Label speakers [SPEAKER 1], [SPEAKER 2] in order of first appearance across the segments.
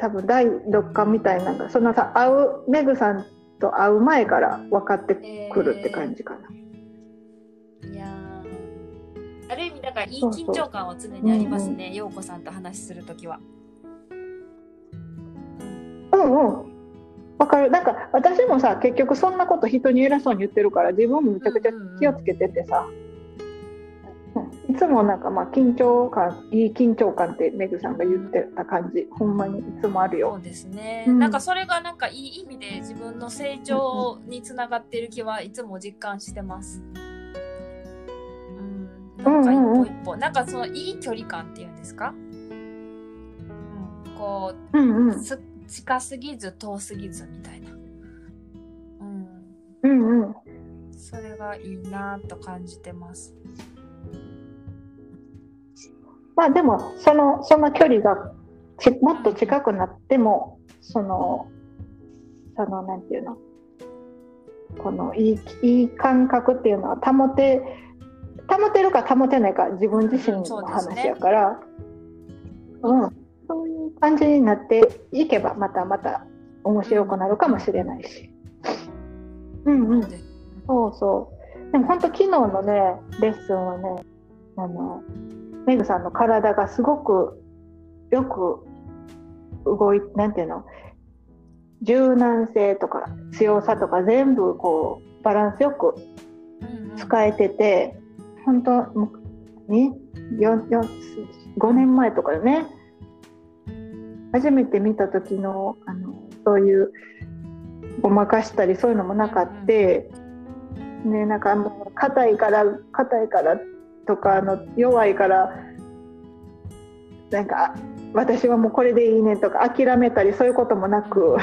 [SPEAKER 1] 多分第六感みたいなのがそのさメグさんと会う前から分かってくるって感じかな。
[SPEAKER 2] いやある意味だからいい緊張感は常にありますね、陽子さんと話しするときは。
[SPEAKER 1] わかる。なんか私もさ結局そんなこと人に偉そうに言ってるから自分もめちゃくちゃ気をつけててさ、いつもなんかまあ緊張感いい緊張感ってメグさんが言ってた感じ、ほんまにいつもあるよ。
[SPEAKER 2] そうですね、なんかそれがなんかいい意味で自分の成長につながっている気はいつも実感してます。なんか一歩一歩、なんかそのいい距離感っていうんですか、こう、近すぎず遠すぎずみたいな、それがいいなと感じてます。
[SPEAKER 1] まあでもその距離がもっと近くなってもそのなんていうの、このいい感覚っていうのは保てるか保てないか自分自身の話やから、そういう感じになっていけばまた面白くなるかもしれないし、そうそう。でも本当昨日のねレッスンはね、メグさんの体がすごくよくなんていうの、柔軟性とか強さとか全部こうバランスよく使えてて、本当に5年前とかよね、初めて見た時のそういうごまかしたりそういうのもなかって、なんかもう硬いからとか弱いからなんか私はもうこれでいいねとか諦めたりそういうこともなく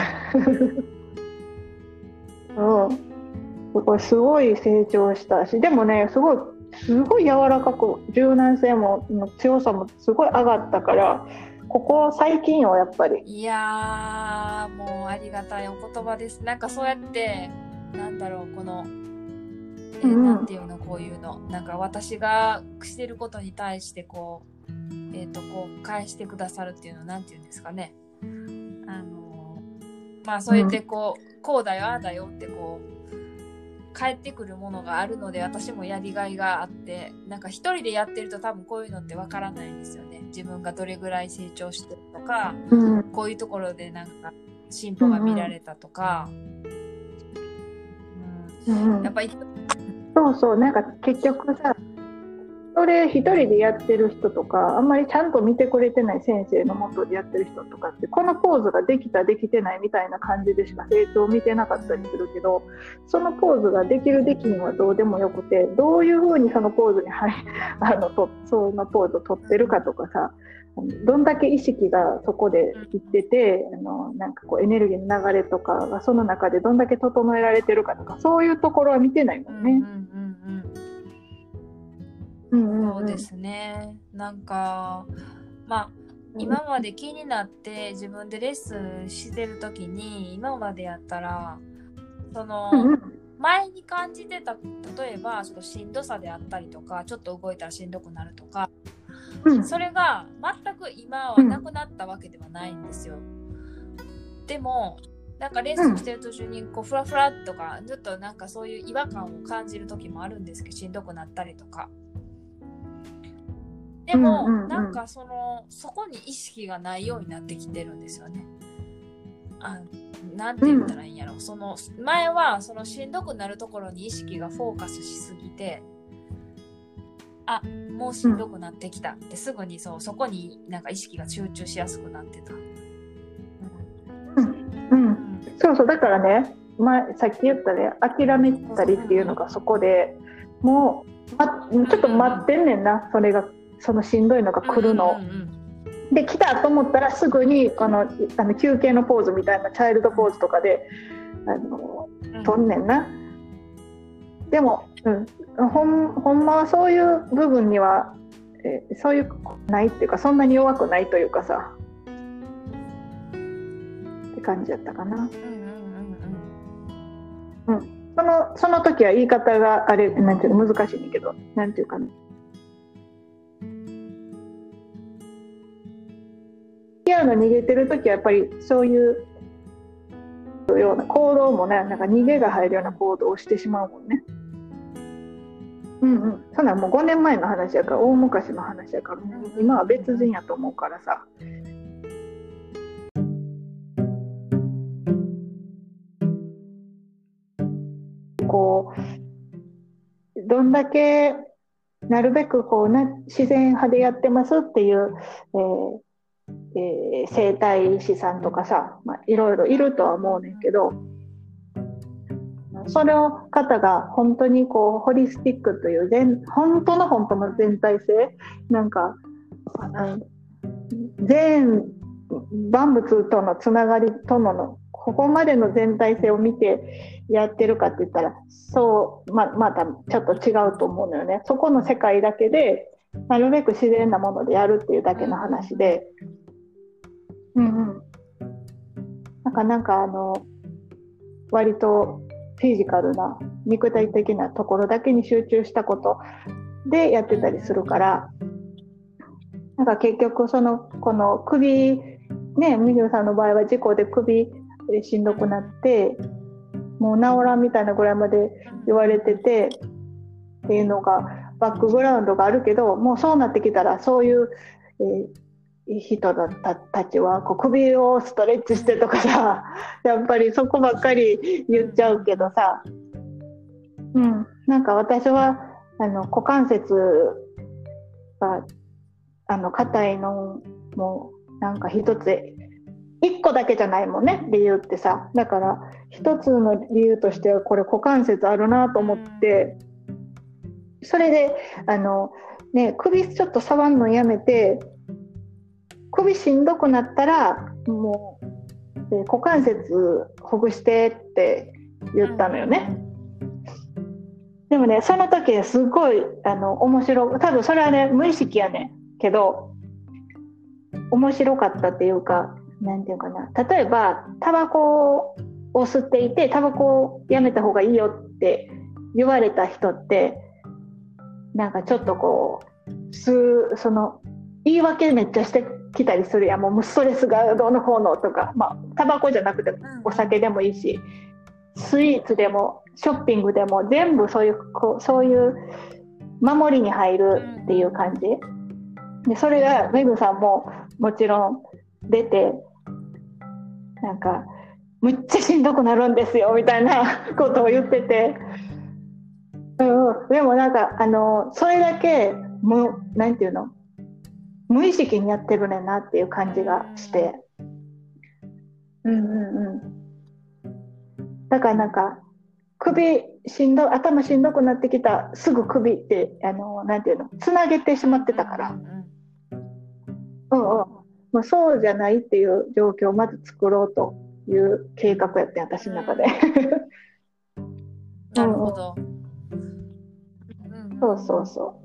[SPEAKER 1] これすごい成長したし、でもねすごい柔らかく柔軟性も強さもすごい上がったから、ここ最近よやっぱり。
[SPEAKER 2] いやーもうありがたいお言葉です。なんかそうやってなんだろう、このなんていうの、こういうのなんか私がしてることに対してこう返してくださるっていうのなんていうんですかね、まあそうやってこうだよああだよってこう返ってくるものがあるので、私もやりがいがあって、なんか一人でやってると多分こういうのってわからないんですよね。自分がどれぐらい成長してるとか、こういうところでなんか進歩が見られたとか、やっぱり
[SPEAKER 1] そうなんか結局さ、それ一人でやってる人とかあんまりちゃんと見てくれてない先生のもとでやってる人とかってこのポーズができたできてないみたいな感じでしか成長を見てなかったりするけど、そのポーズができるできんはどうでもよくて、どういう風にそのポーズにそのポーズを取ってるかとかさ、どんだけ意識がそこでいっててなんかこうエネルギーの流れとかがその中でどんだけ整えられてるかとか、そういうところは見てないもんね。
[SPEAKER 2] そうですね。なんかまあ今まで気になって自分でレッスンしてる時に、今までやったらその前に感じてた、例えばちょっとしんどさであったりとか、ちょっと動いたらしんどくなるとか、それが全く今はなくなったわけではないんですよ。でもなんかレッスンしてる途中にこうフラフラとかちょっとなんかそういう違和感を感じる時もあるんですけど、しんどくなったりとか。でもなんかそこに意識がないようになってきてるんですよね。なんて言ったらいいんやろ、その前はそのしんどくなるところに意識がフォーカスしすぎて、もうしんどくなってきたってすぐにそこになんか意識が集中しやすくなってた。
[SPEAKER 1] そうだからね、さっき言ったね、諦めたりっていうのがそこでもう、ちょっと待ってんねんな、それがそのしんどいのが来るの、で来たと思ったらすぐに休憩のポーズみたいなチャイルドポーズとかでとんねんな。でも、ほんまはそういう部分には、そういうないっていうか、そんなに弱くないというかさって感じやったかな。その時は言い方があれなんていうの難しいんだけど、なんていうかな、嫌の逃げてる時はやっぱりそういうような行動もね、なんか逃げが入るような行動をしてしまうもんね。そんなんもう5年前の話やから、大昔の話やから、今は別人やと思うからさ。こうどんだけなるべくこう自然派でやってますっていう、整体師さんとかさ、いろいろいるとは思うねんけど、その方が本当にこうホリスティックという本当の全体性、なんか全万物とのつながりとのここまでの全体性を見てやってるかって言ったら、そうまたちょっと違うと思うのよね。そこの世界だけでなるべく自然なものでやるっていうだけの話で、なんか割とフィジカルな肉体的なところだけに集中したことでやってたりするから、なんか結局この首ね、みゆさんの場合は事故で首でしんどくなってもう治らんみたいなぐらいまで言われててっていうのがバックグラウンドがあるけど、もうそうなってきたらそういう、人たちはこう首をストレッチしてとかさ、やっぱりそこばっかり言っちゃうけどさ、なんか私は股関節が硬いのもなんか一個だけじゃないもんね、理由ってさ。だから一つの理由としてはこれ股関節あるなと思って、それで首ちょっと触るのやめて、首しんどくなったらもう股関節ほぐしてって言ったのよね。でもね、その時すごい面白い、多分それはね無意識やねんけど面白かったっていうか、なんていうかな、例えばタバコを吸っていてタバコをやめた方がいいよって言われた人って、なんかちょっとこうその言い訳めっちゃしてきたりするやん。もうストレスがどうのこうのとか、タバコじゃなくてお酒でもいいし、スイーツでもショッピングでも全部そういう守りに入るっていう感じで、それがメグさんももちろん出て、なんかむっちゃしんどくなるんですよみたいなことを言ってて、でもなんかそれだけなんていうの、無意識にやってるねんなっていう感じがして、だからなんか頭しんどくなってきたすぐ首ってなんていうの、つなげてしまってたから、もうそうじゃないっていう状況をまず作ろうという計画やって私の中で。
[SPEAKER 2] なるほど。
[SPEAKER 1] そうそう。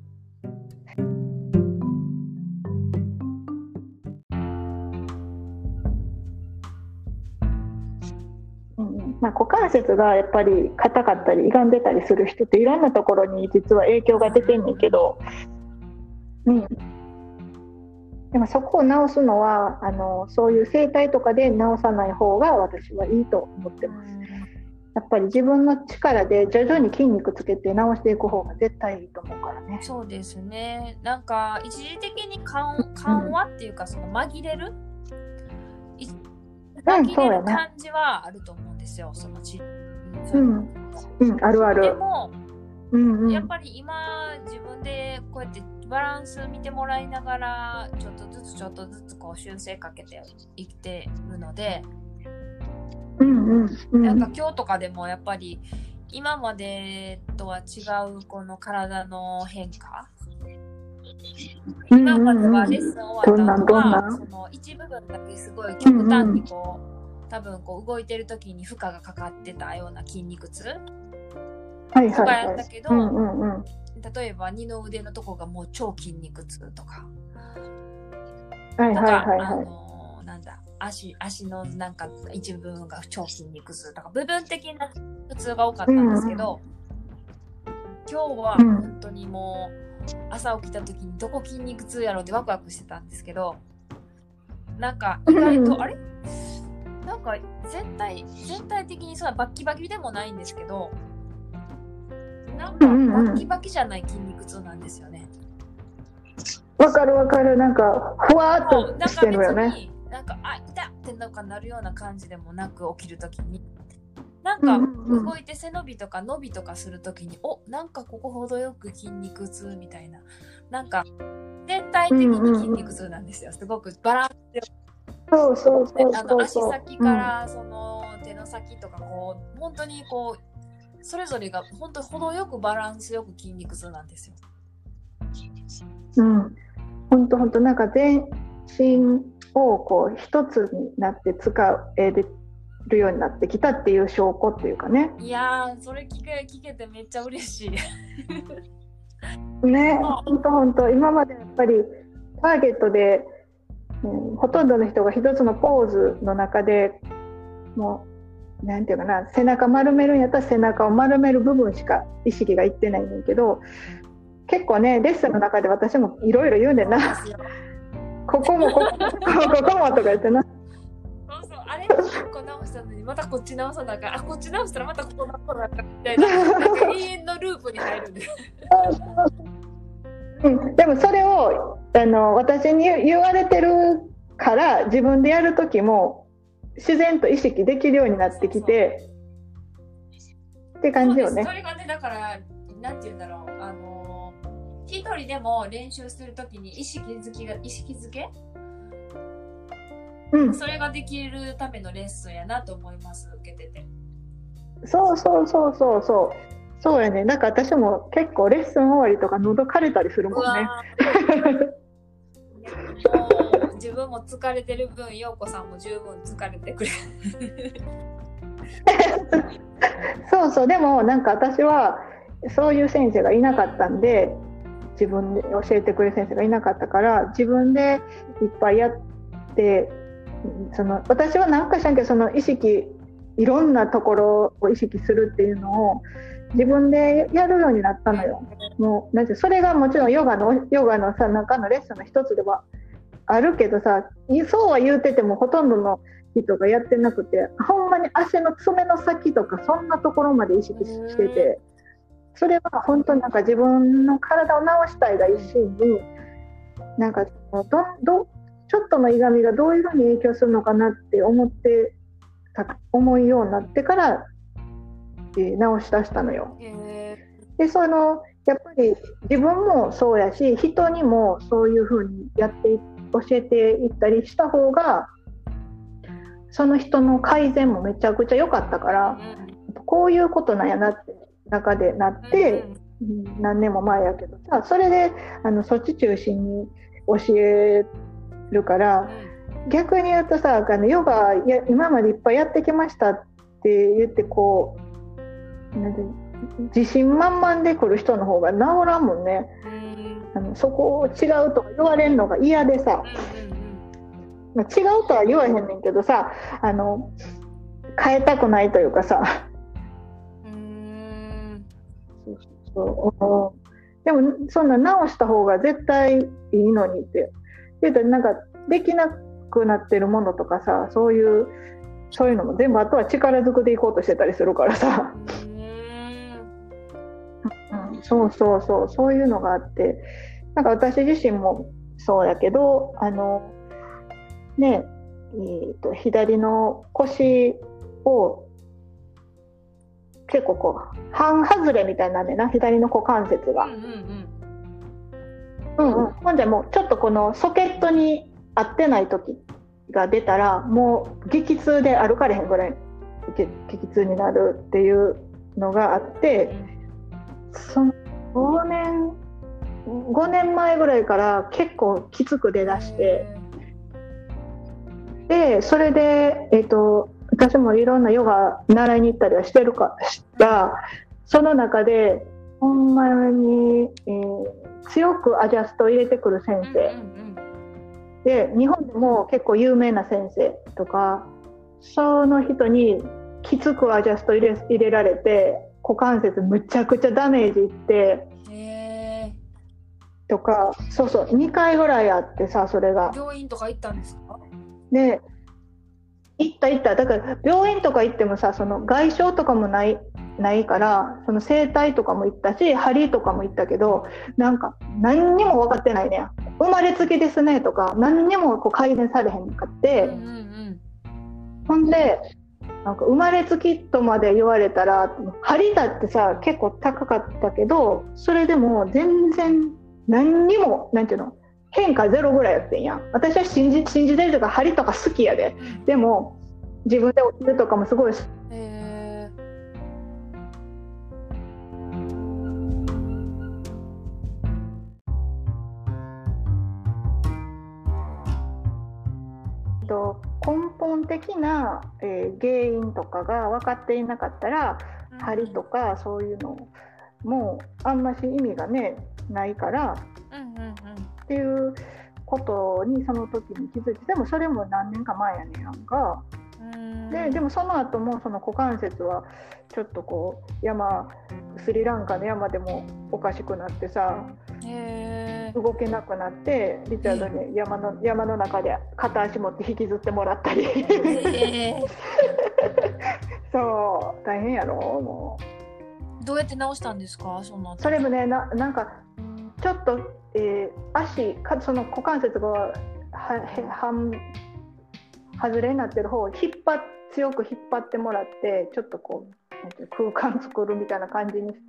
[SPEAKER 1] 股関節がやっぱり硬かったり歪んでたりする人っていろんなところに実は影響が出てんねんけど、でもそこを治すのはそういう整体とかで治さない方が私はいいと思ってます。やっぱり自分の力で徐々に筋肉つけて治していく方が絶対いいと思うからね。
[SPEAKER 2] そうですね。なんか一時的に緩和っていうか、その紛れる感じはあると思うんですよ。その
[SPEAKER 1] あるある。
[SPEAKER 2] でも、やっぱり今自分でこうやってバランス見てもらいながらちょっとずつこう修正かけていってるので、なんか今日とかでもやっぱり今までとは違うこの体の変化、今まではレッスン終わった後はその一部分だけすごい極端に多分動いてる時に負荷がかかってたような筋肉痛とかやったけど、例えば二の腕のとこがもう超筋肉痛とか、なんだ足のなんか一部分が超筋肉痛とか部分的な苦痛が多かったんですけど、今日は本当にもう朝起きた時にどこ筋肉痛やろうってワクワクしてたんですけど、 なんか意外とあれなんか全体的にそんなバッキバキでもないんですけど、なんかバッキバキじゃない筋肉痛なんですよね。
[SPEAKER 1] わかるわかる。なんかふわっとしてるよね。
[SPEAKER 2] なんかあ痛ってなるような感じでもなく、起きるときになんか動いて背伸びとか伸びとかするときに、なんかここほどよく筋肉痛みたいな、なんか全体的に筋肉痛なんですよ。すごくバランスよく。
[SPEAKER 1] そう
[SPEAKER 2] 足先からその手の先とかこう本当にこうそれぞれが本当程よくバランスよく筋肉痛なんですよ。
[SPEAKER 1] 本当なんか全身をこう一つになって使えるようになってきたっていう証拠っていうかね。
[SPEAKER 2] いやー、それ聞けてめっちゃ嬉しい
[SPEAKER 1] ね、本当今までやっぱりターゲットで、ほとんどの人が一つのポーズの中でもうなんていうかな、背中丸めるんやったら背中を丸める部分しか意識がいってないんだけど、結構ねレッスンの中で私もいろいろ言うんでなここもとか言ってな、
[SPEAKER 2] そうあれここ直したのにまたこっち直さなきゃ、こっち直したらまたここ直さなきゃみたいな、なんか永遠のループに入るんです
[SPEAKER 1] でもそれを私に言われてるから自分でやる時も自然と意識できるようになってきてって感じよね。
[SPEAKER 2] それがね、だからなんて言うんだろう、一人でも練習するときに意識づけ、それができるためのレッスンやなと思います、受けてて。
[SPEAKER 1] そうやね。だから私も結構レッスン終わりとか喉枯れたりするもんね。
[SPEAKER 2] もう自分も疲れてる分、陽子さんも十分疲れてくれ
[SPEAKER 1] そうでもなんか私はそういう先生がいなかったんで、自分で教えてくれる先生がいなかったから自分でいっぱいやって、私は何かしらんけどその意識、いろんなところを意識するっていうのを自分でやるようになったのよ。もうなんてそれがもちろんヨガのさ中のレッスンの一つではあるけどさ、そうは言うててもほとんどの人がやってなくて、ほんまに足の爪の先とかそんなところまで意識してて、それは本当になんか自分の体を治したいが一心に、なんかちょっとの歪みがどういうふうに影響するのかなって思うようになってから治し出したのよ。でやっぱり自分もそうやし人にもそういうふうに教えていったりした方がその人の改善もめちゃくちゃ良かったから、こういうことなんやなって中でなって、何年も前やけどさ、それでそっち中心に教えるから、逆に言うとさ、ヨガ今までいっぱいやってきましたって言ってこうなんて自信満々で来る人の方が治らんもんね。そこを違うとか言われるのが嫌でさ、違うとは言わへんねんけどさ、変えたくないというかさ、でもそんな直した方が絶対いいのにって言うと、なんかできなくなってるものとかさ、そういうのも全部あとは力ずくでいこうとしてたりするからさ、そういうのがあって、なんか私自身もそうやけど左の腰を結構こう半外れみたいなんでな、左の股関節が、ほんでもうちょっとこのソケットに合ってない時が出たらもう激痛で歩かれへんぐらい激痛になるっていうのがあって、その5年前ぐらいから結構きつく出だして、でそれで私もいろんなヨガ習いに行ったりはしてるからその中でほんまに、強くアジャストを入れてくる先生、で日本でも結構有名な先生とか、その人にきつくアジャスト入れられて股関節むちゃくちゃダメージいってとか、2回ぐらいあってさ、それが
[SPEAKER 2] 病院とか行ったんですか？
[SPEAKER 1] で行っただから病院とか行ってもさ、その外傷とかもないから、その整体とかも行ったし針とかも行ったけど、なんか何にも分かってないね。生まれつきですねとか何にもこう改善されへんかって、ほんでなんか生まれつきとまで言われたら、針だってさ結構高かったけど、それでも全然何にもなんていうの、変化ゼロぐらいやってんやん。私は信じてるとか針とか好きやで、でも自分で落ちるとかもすごい根本的な、原因とかが分かっていなかったら、針とかそういうのもあんまし意味がねないから、っていうことにその時に気づいて、でもそれも何年か前やねんやんか。でもその後もその股関節はちょっとこうスリランカの山でもおかしくなってさ、動けなくなって、リチャードに山の中で片足持って引きずってもらったりそう大変やろ。も
[SPEAKER 2] うどうやって直したんですか？
[SPEAKER 1] それもね、なんかちょっと、その股関節が外れになってる方を強く引っ張ってもらって、ちょっとこう空間作るみたいな感じにして、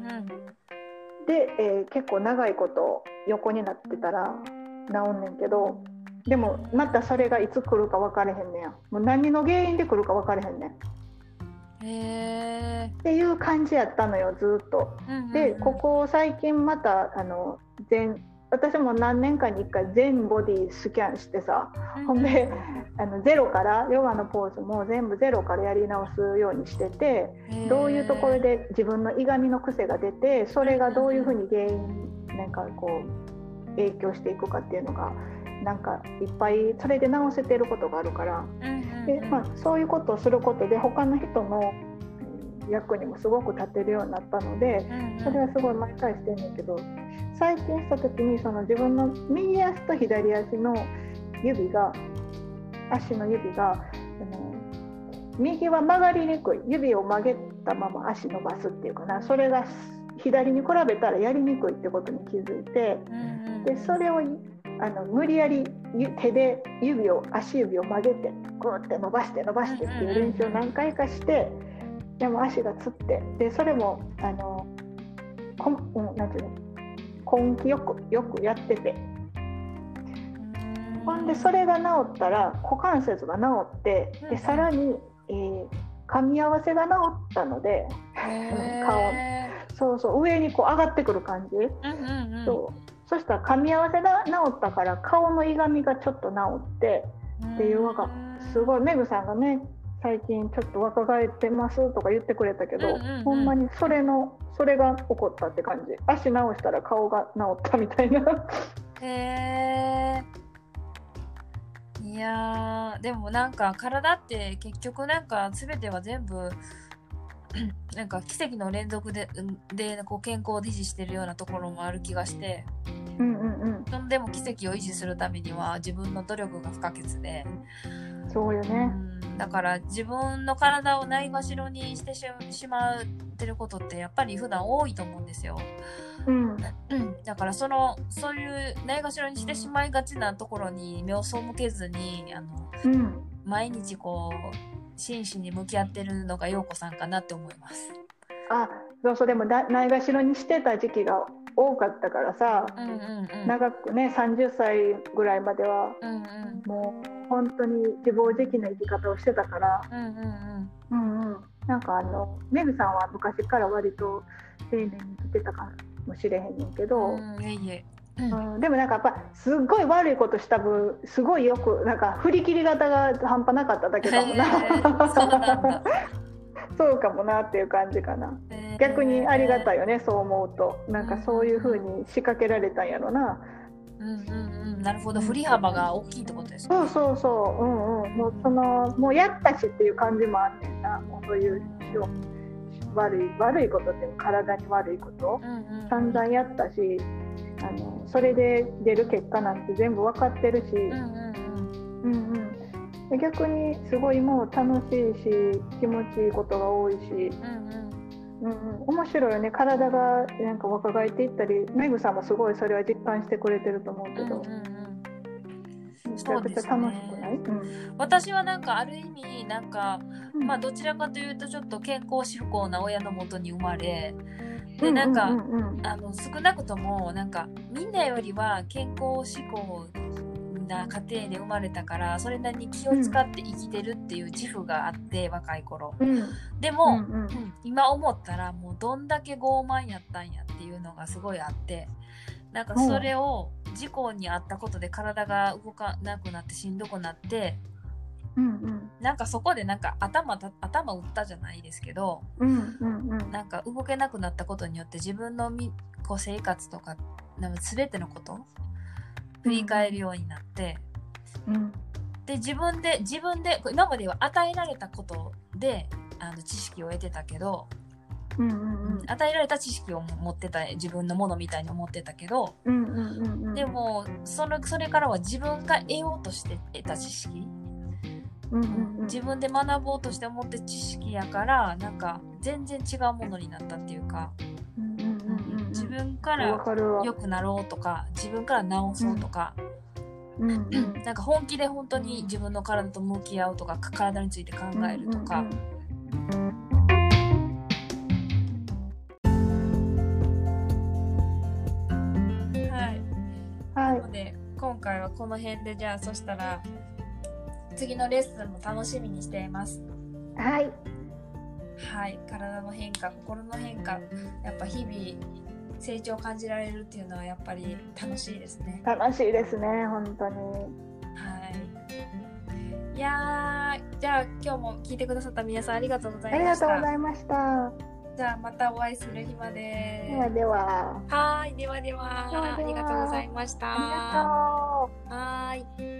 [SPEAKER 1] で、結構長いこと横になってたら治んねんけど、でもまたそれがいつ来るか分かれへんねんや。もう何の原因で来るか分かれへんねんっていう感じやったのよ、ずっと。でここ最近また私も何年かに1回全ボディスキャンしてさ、ほんでゼロからヨガのポーズも全部ゼロからやり直すようにしてて、どういうところで自分のいがみの癖が出て、それがどういうふうに原因なんかこう影響していくかっていうのがなんかいっぱいそれで直せてることがあるから、で、そういうことをすることで他の人の役にもすごく立てるようになったので、それはすごい毎回してんねんけど、最近した時にその自分の右足と左足の足の指が右は曲がりにくい、指を曲げたまま足伸ばすっていうかな、それが左に比べたらやりにくいってことに気づいて、でそれを無理やり手で足指を曲げてグーって伸ばしてっていう練習を何回かして、でも足がつって、でそれもなんていうの、根気よくやってて、ほんでそれが治ったら股関節が治って、でさらに、噛み合わせが治ったのでそう上にこう上がってくる感じ、そしたら噛み合わせが治ったから顔のいがみがちょっと治ってっていうのがすごい。メグさんがね最近ちょっと若返ってますとか言ってくれたけど、ほんまにそれが起こったって感じ。足直したら顔が治ったみたいな。
[SPEAKER 2] いやでもなんか体って結局なんか全ては全部なんか奇跡の連続でこう健康を維持してるようなところもある気がして、でも奇跡を維持するためには自分の努力が不可欠で、
[SPEAKER 1] そうよね。
[SPEAKER 2] だから自分の体をないがしろにしてしまってることってやっぱり普段多いと思うんですよ。だからそういうないがしろにしてしまいがちなところに目を背けずに毎日こう真摯に向き合ってるのが陽子さんかなって思います。
[SPEAKER 1] そうでもないがしろにしてた時期が多かったからさ、長くね30歳ぐらいまでは、もう本当に自暴自棄な生き方をしてたから、なんかメグさんは昔から割と丁寧に生きてたかもしれへんねんけど、でもなんかやっぱすっごい悪いことした分すごいよくなんか振り切り方が半端なかっただけかもな。そうかもなっていう感じかな。逆にありがたいよね、そう思うと。なんかそういう風に仕掛けられたんやろな。
[SPEAKER 2] なるほど、振り幅が大きいってことですね。
[SPEAKER 1] もうやったしっていう感じもあんねんな。もうそういう悪いことっていう体に悪いこと、散々やったし、それで出る結果なんて全部分かってるし、 うんうん、で逆にすごいもう楽しいし気持ちいいことが多いし、面白いよね。体がなんか若返っていったり、メグさんもすごいそれは実感してくれてると思うけど、めちゃくちゃ楽しくない？
[SPEAKER 2] 私はなんかある意味なんか、まあどちらかというとちょっと健康志向な親のもとに生まれで、なんか、少なくともなんかみんなよりは健康志向な家庭で生まれたからそれなりに気を使って生きてるっていう自負があって、若い頃、でも、今思ったらもうどんだけ傲慢やったんやっていうのがすごいあって、なんかそれを事故に遭ったことで体が動かなくなってしんどくなって、なんかそこでなんか頭打ったじゃないですけど、なんか動けなくなったことによって自分のこう生活とか全てのこと振り返るようになって、で自分で今までは与えられたことで知識を得てたけど、与えられた知識を持ってた、自分のものみたいに思ってたけど、でもそれからは自分が得ようとして得た知識、自分で学ぼうとして思って知識やからなんか全然違うものになったっていうか、自分から良くなろうとか自分から直そうとか、なんか本気で本当に自分の体と向き合うとか体について考えるとか、なので今回はこの辺で、じゃあそしたら次のレッスンも楽しみにしています。
[SPEAKER 1] はい、
[SPEAKER 2] 体の変化、心の変化、やっぱ日々成長を感じられるっていうのはやっぱり楽しいですね。
[SPEAKER 1] 楽しいですね、本当に。
[SPEAKER 2] いやじゃあ今日も聞いてくださった皆さんありがとうございました。
[SPEAKER 1] ありがとうございました。
[SPEAKER 2] じゃあまたお会いする日まで。
[SPEAKER 1] では。
[SPEAKER 2] ありがとうございました。
[SPEAKER 1] ありがとう。
[SPEAKER 2] はい。